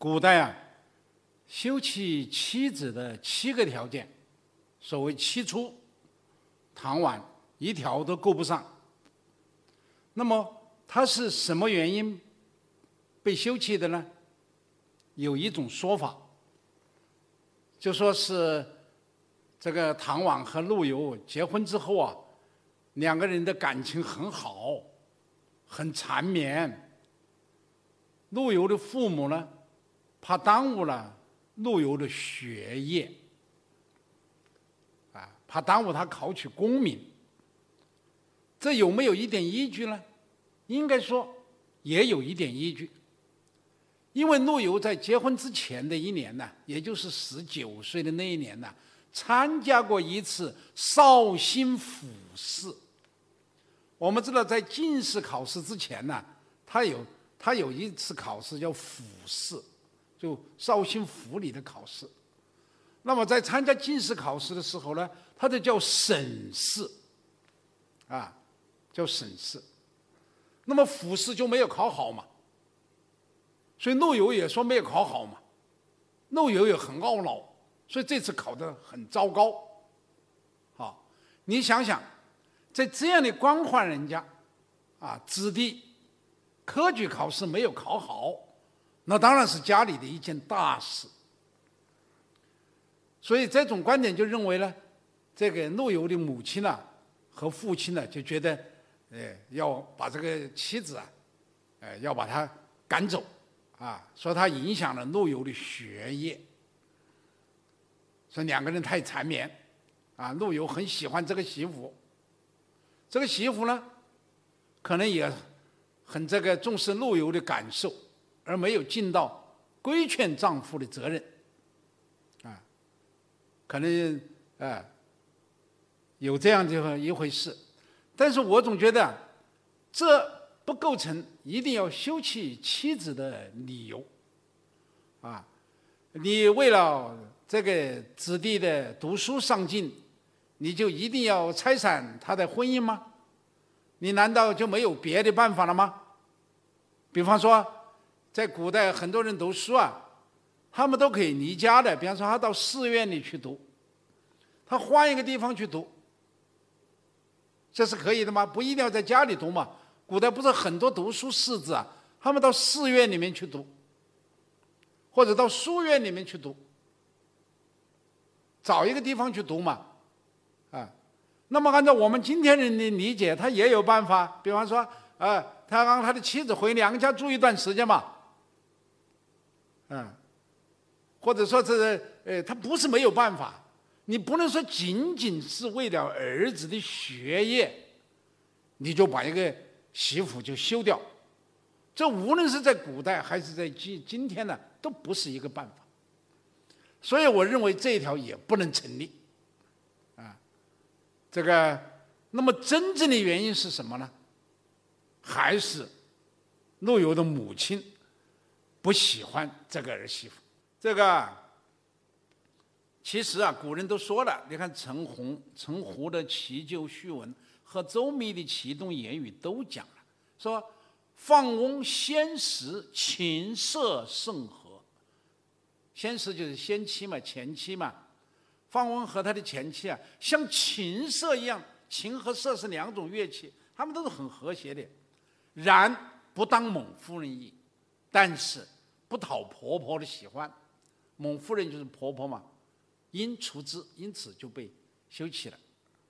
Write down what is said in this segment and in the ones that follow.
古代啊，休妻妻子的7个条件，所谓7出，唐婉一条都够不上。那么他是什么原因被休妻的呢？有一种说法，就说是这个唐婉和陆游结婚之后啊，两个人的感情很好，很缠绵。陆游的父母呢，怕耽误了陆游的学业，怕耽误他考取功名。这有没有一点依据呢？应该说也有一点依据。因为陆游在结婚之前的一年呢，也就是19岁的那一年呢，参加过一次绍兴府试。我们知道，在进士考试之前呢，他有一次考试叫府试，就绍兴府里的考试。那么在参加进士考试的时候呢，他就叫审试，叫审试。那么府试就没有考好嘛，所以陆游也说没有考好嘛，陆游也很懊恼，所以这次考得很糟糕。好，你想想，在这样的官宦人家子弟科举考试没有考好，那当然是家里的一件大事。所以这种观点就认为呢，这个陆游的母亲呢和父亲呢就觉得，要把这个妻子要把他赶走，说他影响了陆游的学业，说两个人太缠绵，陆游很喜欢这个媳妇，这个媳妇呢，可能也很重视陆游的感受，而没有尽到规劝丈夫的责任，可能有这样的一回事。但是我总觉得这不构成一定要休弃妻子的理由，你为了这个子弟的读书上进，你就一定要拆散他的婚姻吗？你难道就没有别的办法了吗？比方说，在古代很多人读书他们都可以离家的，比方说他到寺院里去读，他换一个地方去读，这是可以的吗？不一定要在家里读嘛。古代不是很多读书士子他们到寺院里面去读，或者到书院里面去读，找一个地方去读嘛。那么按照我们今天人的理解，他也有办法，比方说他让他的妻子回娘家住一段时间嘛，或者说他不是没有办法。你不能说仅仅是为了儿子的学业，你就把一个媳妇就休掉，这无论是在古代还是在今天呢，都不是一个办法。所以我认为这一条也不能成立。那么真正的原因是什么呢？还是陆游的母亲不喜欢这个儿媳妇。其实古人都说了，你看陈胡的奇旧序文和周密的奇动言语都讲了，说放翁先时琴瑟甚和。先时就是先妻嘛，前妻嘛。放翁和他的前妻像琴瑟一样，琴和瑟是2种乐器，他们都是很和谐的。然不当蒙夫人意，但是不讨婆婆的喜欢。蒙夫人就是婆婆嘛，因除之，因此就被休妻了。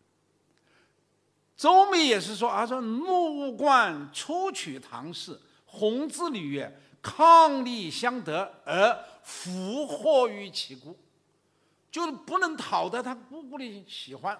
周密也是说说陆务观初娶唐氏，弘之履也，伉俪相得，而俘获于其姑，就是不能讨得他姑姑的喜欢，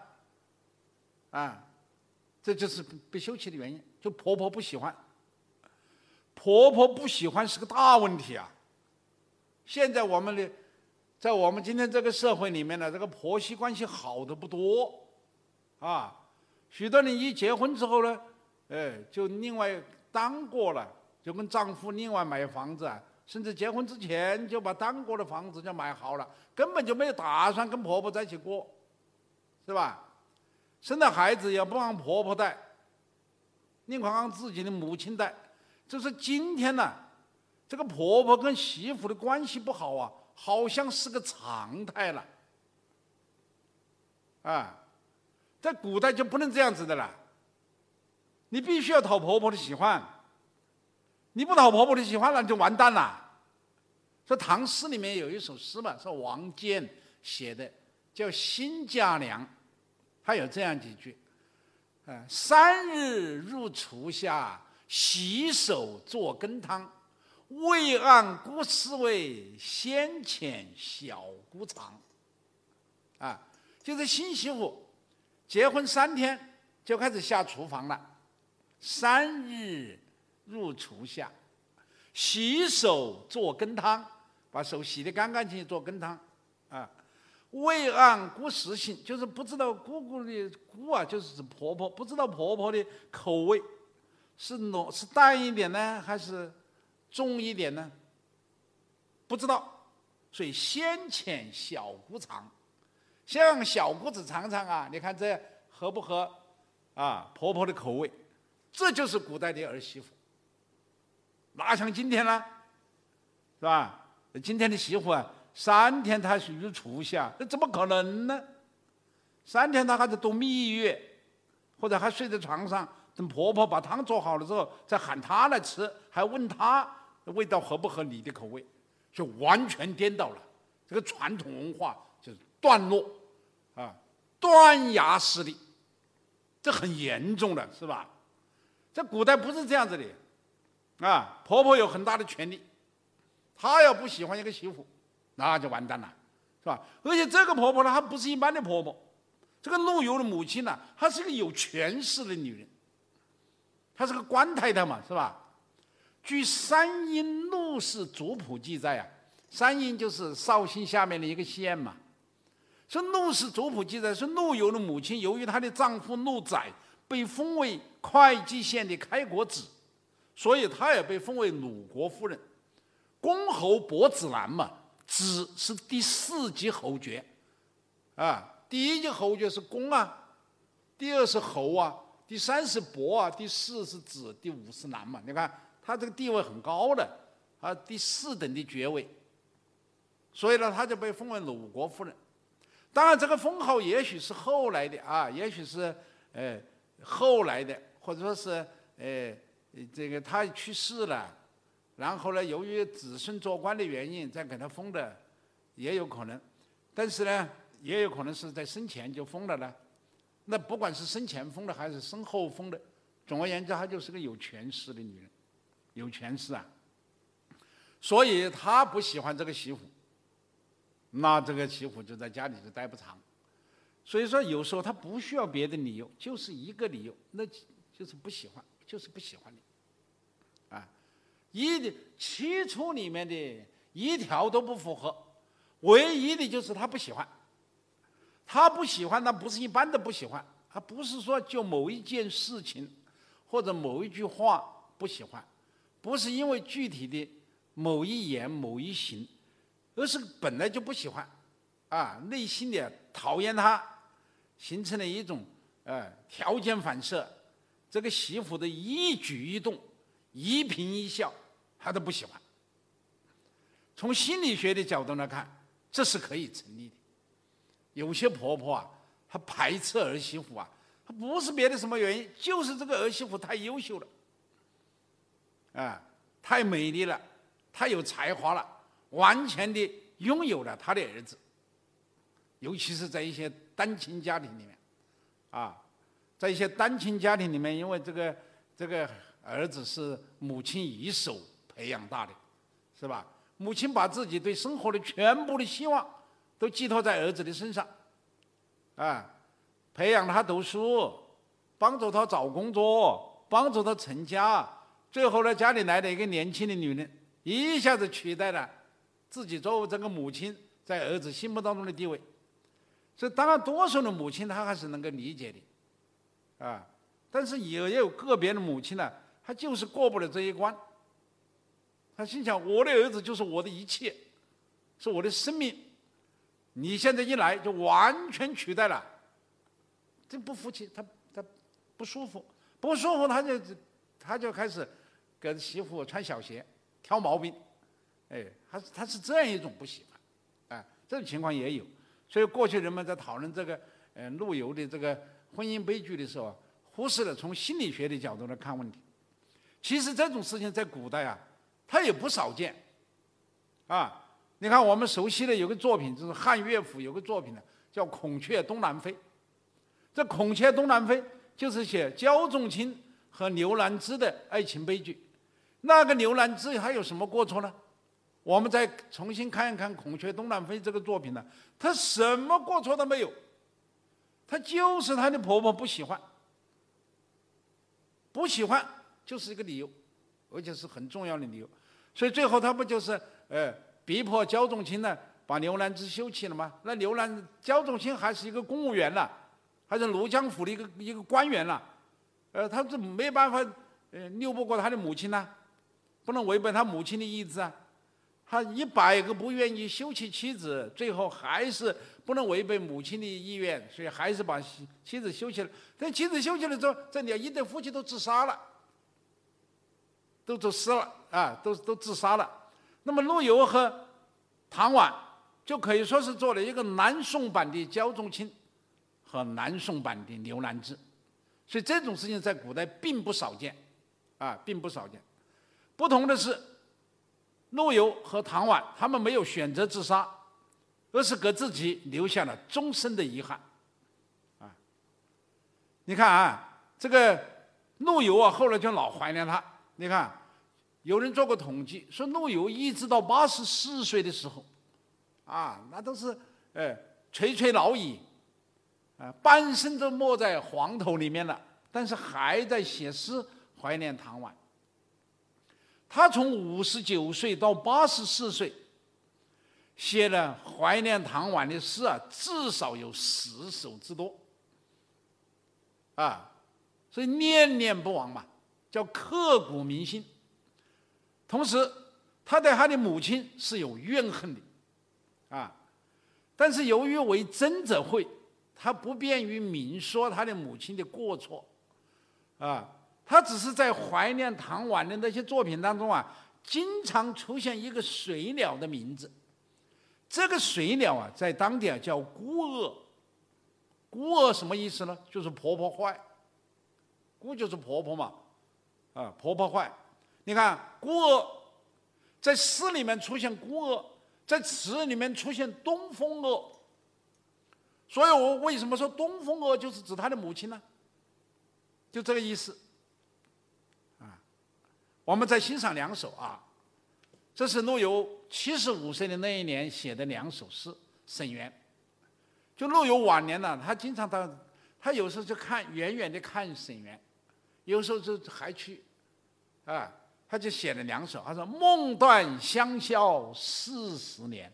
这就是被休妻的原因，就婆婆不喜欢。婆婆不喜欢是个大问题现在在我们今天这个社会里面呢，这个婆媳关系好的不多许多人一结婚之后呢，就另外单过了，就跟丈夫另外买房子甚至结婚之前就把单过的房子就买好了，根本就没有打算跟婆婆在一起过，是吧？生的孩子也不让婆婆带，宁可让自己的母亲带。就是今天呢， 这个婆婆跟媳妇的关系不好啊，好像是个常态了。啊，在古代就不能这样子的了，你必须要讨婆婆的喜欢，你不讨婆婆的喜欢，那就完蛋了。说唐诗里面有一首诗嘛，是王坚写的，叫《新嫁娘》，他有这样几句：3日入厨下，洗手做羹汤。未谙姑思味，先遣小姑尝。啊，就是新媳妇结婚3天就开始下厨房了，3日入厨下，洗手做羹汤，把手洗得干干净净做羹汤。啊，未谙姑食性，就是不知道姑姑的姑啊，就是指婆婆，不知道婆婆的口味是淡一点呢，还是重一点呢？不知道，所以先遣小姑尝，先让小姑子尝尝啊，你看这合不合啊婆婆的口味？这就是古代的儿媳妇，哪像今天呢？是吧？今天的媳妇啊，3天她是入厨下，这怎么可能呢？3天她还在度蜜月，或者还睡在床上，等婆婆把汤做好了之后，再喊她来吃，还问她味道合不合你的口味，就完全颠倒了。这个传统文化就是断落啊，断崖式的，这很严重的，是吧？在古代不是这样子的啊，婆婆有很大的权利，她要不喜欢一个媳妇，那就完蛋了，是吧？而且这个婆婆呢，她不是一般的婆婆，这个陆游的母亲呢，她是个有权势的女人，她是个官太太嘛，是吧？据山阴陆氏族谱记载啊，山阴就是绍兴下面的一个县嘛。说陆氏族谱记载说，陆游的母亲由于她的丈夫陆载被封为会稽县的开国子，所以她也被封为鲁国夫人。公侯伯子男嘛，子是第4级侯爵，啊，第1级侯爵是公啊，第2是侯啊，第3是伯啊，第4是子，第5是男嘛。你看他这个地位很高的啊，第4等的爵位，所以呢，他就被封为鲁国夫人。当然，这个封号也许是后来的啊，也许是后来的，或者说是这个他去世了，然后呢，由于子孙做官的原因，再给他封的，也有可能。但是呢，也有可能是在生前就封了呢。那不管是生前封的还是身后封的，总而言之，她就是个有权势的女人。有权势啊，所以他不喜欢这个媳妇，那这个媳妇就在家里就待不长。所以说有时候他不需要别的理由，就是一个理由，那就是不喜欢，就是不喜欢你啊。7处里面的1条都不符合，唯一的就是他不喜欢。他不喜欢，那不是一般的不喜欢，他不是说就某一件事情或者某一句话不喜欢，不是因为具体的某一言某一行，而是本来就不喜欢，啊，内心的讨厌他，形成了一种条件反射，这个媳妇的一举一动、一颦一笑，他都不喜欢。从心理学的角度来看，这是可以成立的。有些婆婆啊，她排斥儿媳妇啊，她不是别的什么原因，就是这个儿媳妇太优秀了。太美丽了，太有才华了，完全的拥有了他的儿子。尤其是在一些单亲家庭里面，在一些单亲家庭里面，因为这个儿子是母亲一手培养大的，是吧？母亲把自己对生活的全部的希望都寄托在儿子的身上，培养他读书，帮助他找工作，帮助他成家。最后呢，家里来了一个年轻的女人，一下子取代了自己作为这个母亲在儿子心目当中的地位。所以当然多数的母亲她还是能够理解的，但是也有个别的母亲呢，她就是过不了这一关。她心想，我的儿子就是我的一切，是我的生命，你现在一来就完全取代了，这不服气，她不舒服，他就开始给媳妇穿小鞋， 挑毛病，他是这样一种不喜欢，这种情况也有。所以过去人们在讨论这个陆游的这个婚姻悲剧的时候，忽视了从心理学的角度来看问题。其实这种事情在古代它也不少见，你看我们熟悉的有个作品，就是汉乐府有个作品呢，叫《孔雀东南飞》。这《孔雀东南飞》就是写焦仲卿和刘兰芝的爱情悲剧。那个刘兰芝还有什么过错呢？我们再重新看一看《孔雀东南飞》这个作品呢，她什么过错都没有，她就是她的婆婆不喜欢，不喜欢就是一个理由，而且是很重要的理由。所以最后她不就是逼迫焦仲卿呢把刘兰芝休弃了吗？那焦仲卿还是一个公务员了，还是庐江府的一个官员了，他是没办法拗不过他的母亲呢，不能违背他母亲的意志啊。他100个不愿意休弃妻子，最后还是不能违背母亲的意愿，所以还是把妻子休弃了。但妻子休弃了之后，这一对夫妻都自杀了，都走失了都自杀了。那么陆游和唐婉就可以说是做了一个南宋版的焦仲卿和南宋版的刘兰芝，所以这种事情在古代并不少见，并不少见。不同的是，陆游和唐婉他们没有选择自杀，而是给自己留下了终身的遗憾。你看这个陆游后来就老怀念他。你看，有人做过统计，说陆游一直到84岁的时候，那都是垂垂老矣，半生都没在黄土里面了，但是还在写诗怀念唐婉。他从59岁到84岁，写了怀念唐婉的诗至少有10首之多，所以念念不忘嘛，叫刻骨铭心。同时，他对他的母亲是有怨恨的，但是由于为真者讳，他不便于明说他的母亲的过错，他只是在怀念唐婉的那些作品当中经常出现一个水鸟的名字。这个水鸟在当地叫孤娥。孤娥什么意思呢？就是婆婆坏，孤就是婆婆嘛，婆婆坏。你看孤娥在诗里面出现孤娥，在词里面出现东风娥，所以我为什么说东风娥就是指他的母亲呢？就这个意思。我们再欣赏2首这是陆游75岁的那一年写的2首诗，沈园。就陆游晚年呢，他经常他有时候就远远的看沈园，有时候就还去他就写了2首，他说梦断香消40年，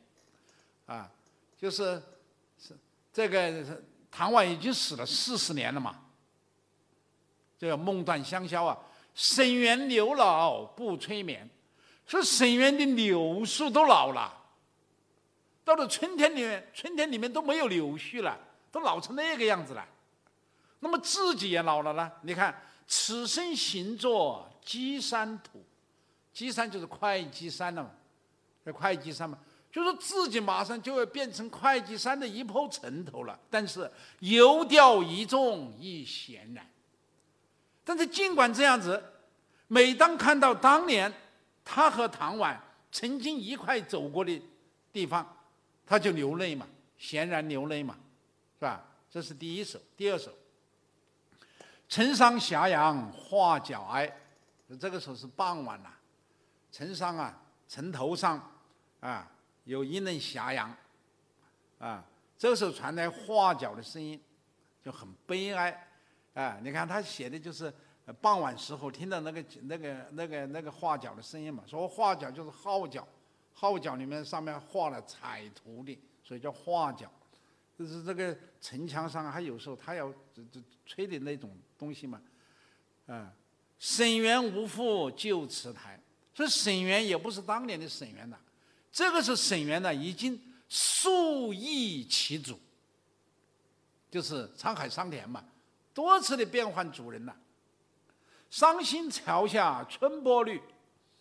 就是这个唐婉已经死了40年了嘛，这个梦断香消沈园柳老不催眠。说沈园的柳树都老了，到了春天里面都没有柳絮了，都老成那个样子了。那么自己也老了呢。你看，此生行作稽山土，稽山就是会稽山了嘛，会稽山嘛，就说自己马上就要变成会稽山的一坡尘头了。但是游钓一纵亦闲然。但是尽管这样子，每当看到当年他和唐婉曾经一块走过的地方，他就流泪嘛，潸然流泪嘛，是吧？这是第1首。第2首，城上霞阳花脚哀，这个时候是傍晚了，城上城头上有一嫩霞阳，这个时候传来花脚的声音，就很悲哀。你看他写的就是傍晚时候听到那个画角的声音嘛，说画角就是号角，号角里面上面画了彩图的，所以叫画角。就是这个城墙上还有时候他要吹的那种东西嘛。沈园无复旧池台，所以沈园也不是当年的沈园了，这个是沈园呢已经数易其主，就是沧海桑田嘛，多次的变换主人了。伤心桥下春波绿，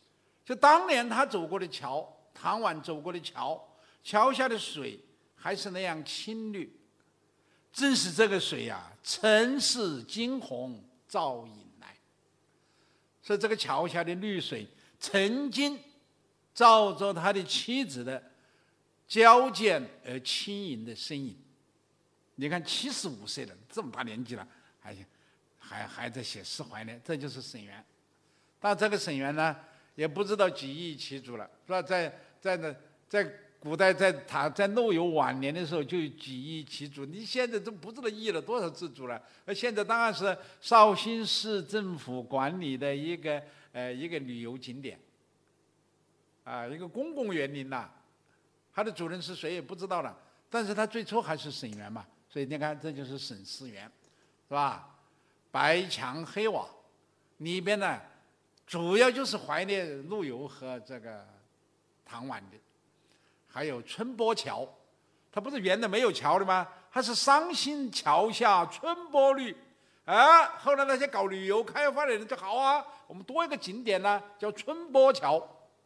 就当年他走过的桥，唐婉走过的桥，桥下的水还是那样青绿。正是这个水呀，曾是惊鸿照影来。所以这个桥下的绿水，曾经照着他的妻子的矫健而轻盈的身影。你看75岁了，这么大年纪了，还在写释怀呢，这就是沈园。但这个沈园呢，也不知道几亿其主了，是吧？在古代，在陆游晚年的时候就有几亿其主，你现在都不知道译了多少自主了。而现在当然是绍兴市政府管理的一个旅游景点，一个公共园林呐，它的主人是谁也不知道了。但是它最初还是沈园嘛，所以你看这就是沈思园，是吧？白墙黑瓦里边呢，主要就是怀念陆游和这个唐婉的。还有春波桥，它不是原来没有桥的吗？它是伤心桥下春波绿，后来那些搞旅游开发的人就好啊，我们多一个景点呢，叫春波桥，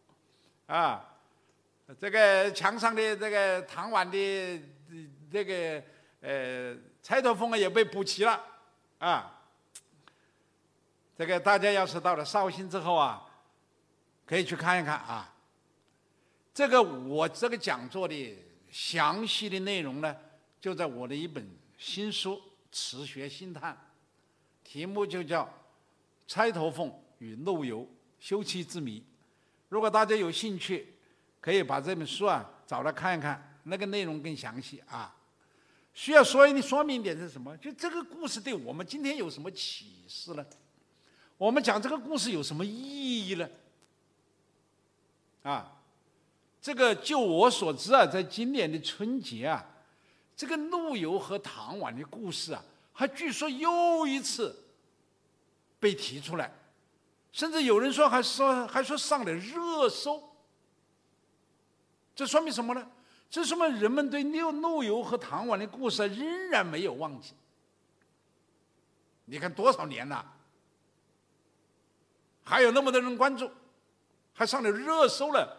这个墙上的这个唐婉的这个钗头凤也被补齐了这个大家要是到了绍兴之后可以去看一看这个我这个讲座的详细的内容呢，就在我的一本新书《词学新探》，题目就叫《钗头凤与陆游休妻之谜》。如果大家有兴趣，可以把这本书找来看一看，那个内容更详细需要说明一点是什么？就这个故事对我们今天有什么启示呢？我们讲这个故事有什么意义呢？这个就我所知在今年的春节这个陆游和唐婉的故事还据说又一次被提出来，甚至有人说还说上了热搜。这说明什么呢？这说明人们对陆游和唐婉的故事仍然没有忘记。你看多少年了，还有那么多人关注，还上了热搜了。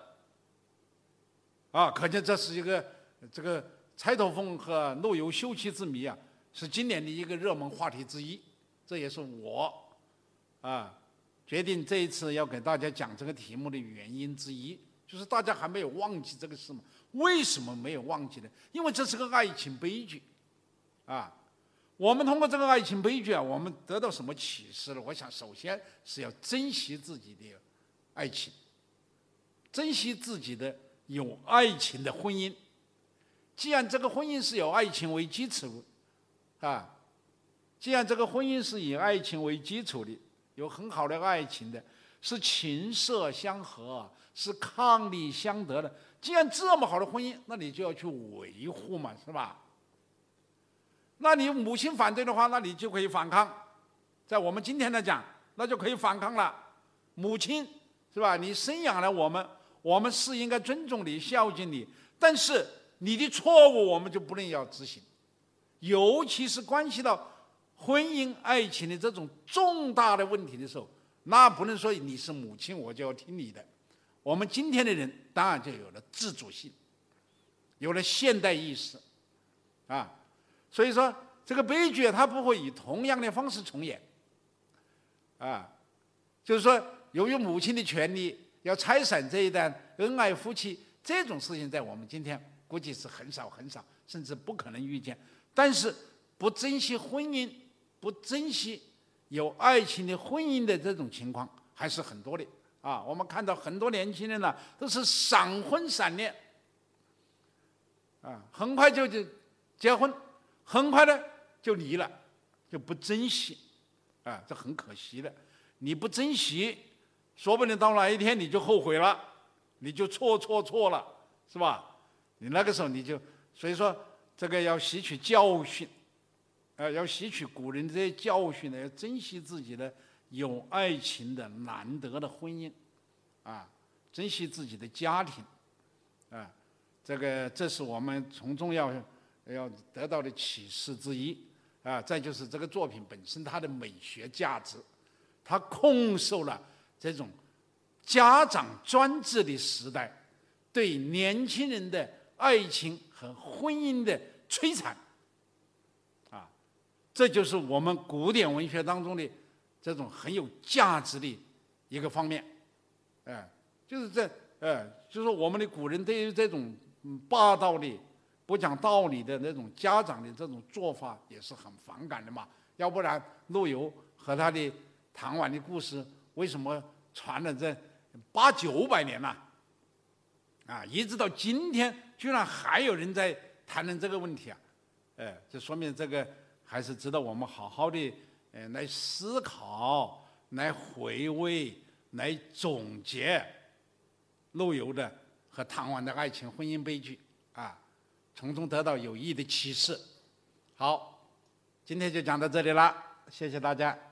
可见这是一个这个钗头凤和陆游休妻之谜是今年的一个热门话题之一。这也是我决定这一次要给大家讲这个题目的原因之一，就是大家还没有忘记这个事嘛。为什么没有忘记呢？因为这是个爱情悲剧我们通过这个爱情悲剧我们得到什么启示了？我想首先是要珍惜自己的爱情，珍惜自己的有爱情的婚姻。既然这个婚姻是有爱情为基础既然这个婚姻是以爱情为基础的，有很好的爱情的，是情色相合，是伉俪相得的，既然这么好的婚姻，那你就要去维护嘛，是吧？那你母亲反对的话，那你就可以反抗。在我们今天来讲，那就可以反抗了。母亲是吧？你生养了我们是应该尊重你、孝敬你，但是你的错误我们就不能要执行，尤其是关系到婚姻、爱情的这种重大的问题的时候，那不能说你是母亲我就要听你的。我们今天的人当然就有了自主性，有了现代意识所以说这个悲剧它不会以同样的方式重演就是说由于母亲的权利要拆散这一段恩爱夫妻，这种事情在我们今天估计是很少很少，甚至不可能遇见。但是不珍惜婚姻，不珍惜有爱情的婚姻的这种情况还是很多的我们看到很多年轻人都是闪婚闪恋很快就结婚，很快的就离了，就不珍惜这很可惜的。你不珍惜，说不定到哪一天你就后悔了，你就错了，是吧？你那个时候所以说这个要吸取教训要吸取古人这些教训要珍惜自己的有爱情的难得的婚姻珍惜自己的家庭这是我们从中要得到的启示之一再就是这个作品本身它的美学价值，它控受了这种家长专制的时代对年轻人的爱情和婚姻的摧残。这就是我们古典文学当中的这种很有价值的一个方面。就是就是说我们的古人对于这种霸道的、不讲道理的那种家长的这种做法也是很反感的嘛。要不然陆游和他的唐婉的故事为什么传了这800-900年了？一直到今天，居然还有人在谈论这个问题啊！这说明这个还是值得我们好好的来思考、来回味、来总结陆游的和唐婉的爱情婚姻悲剧从中得到有益的启示。好，今天就讲到这里了，谢谢大家。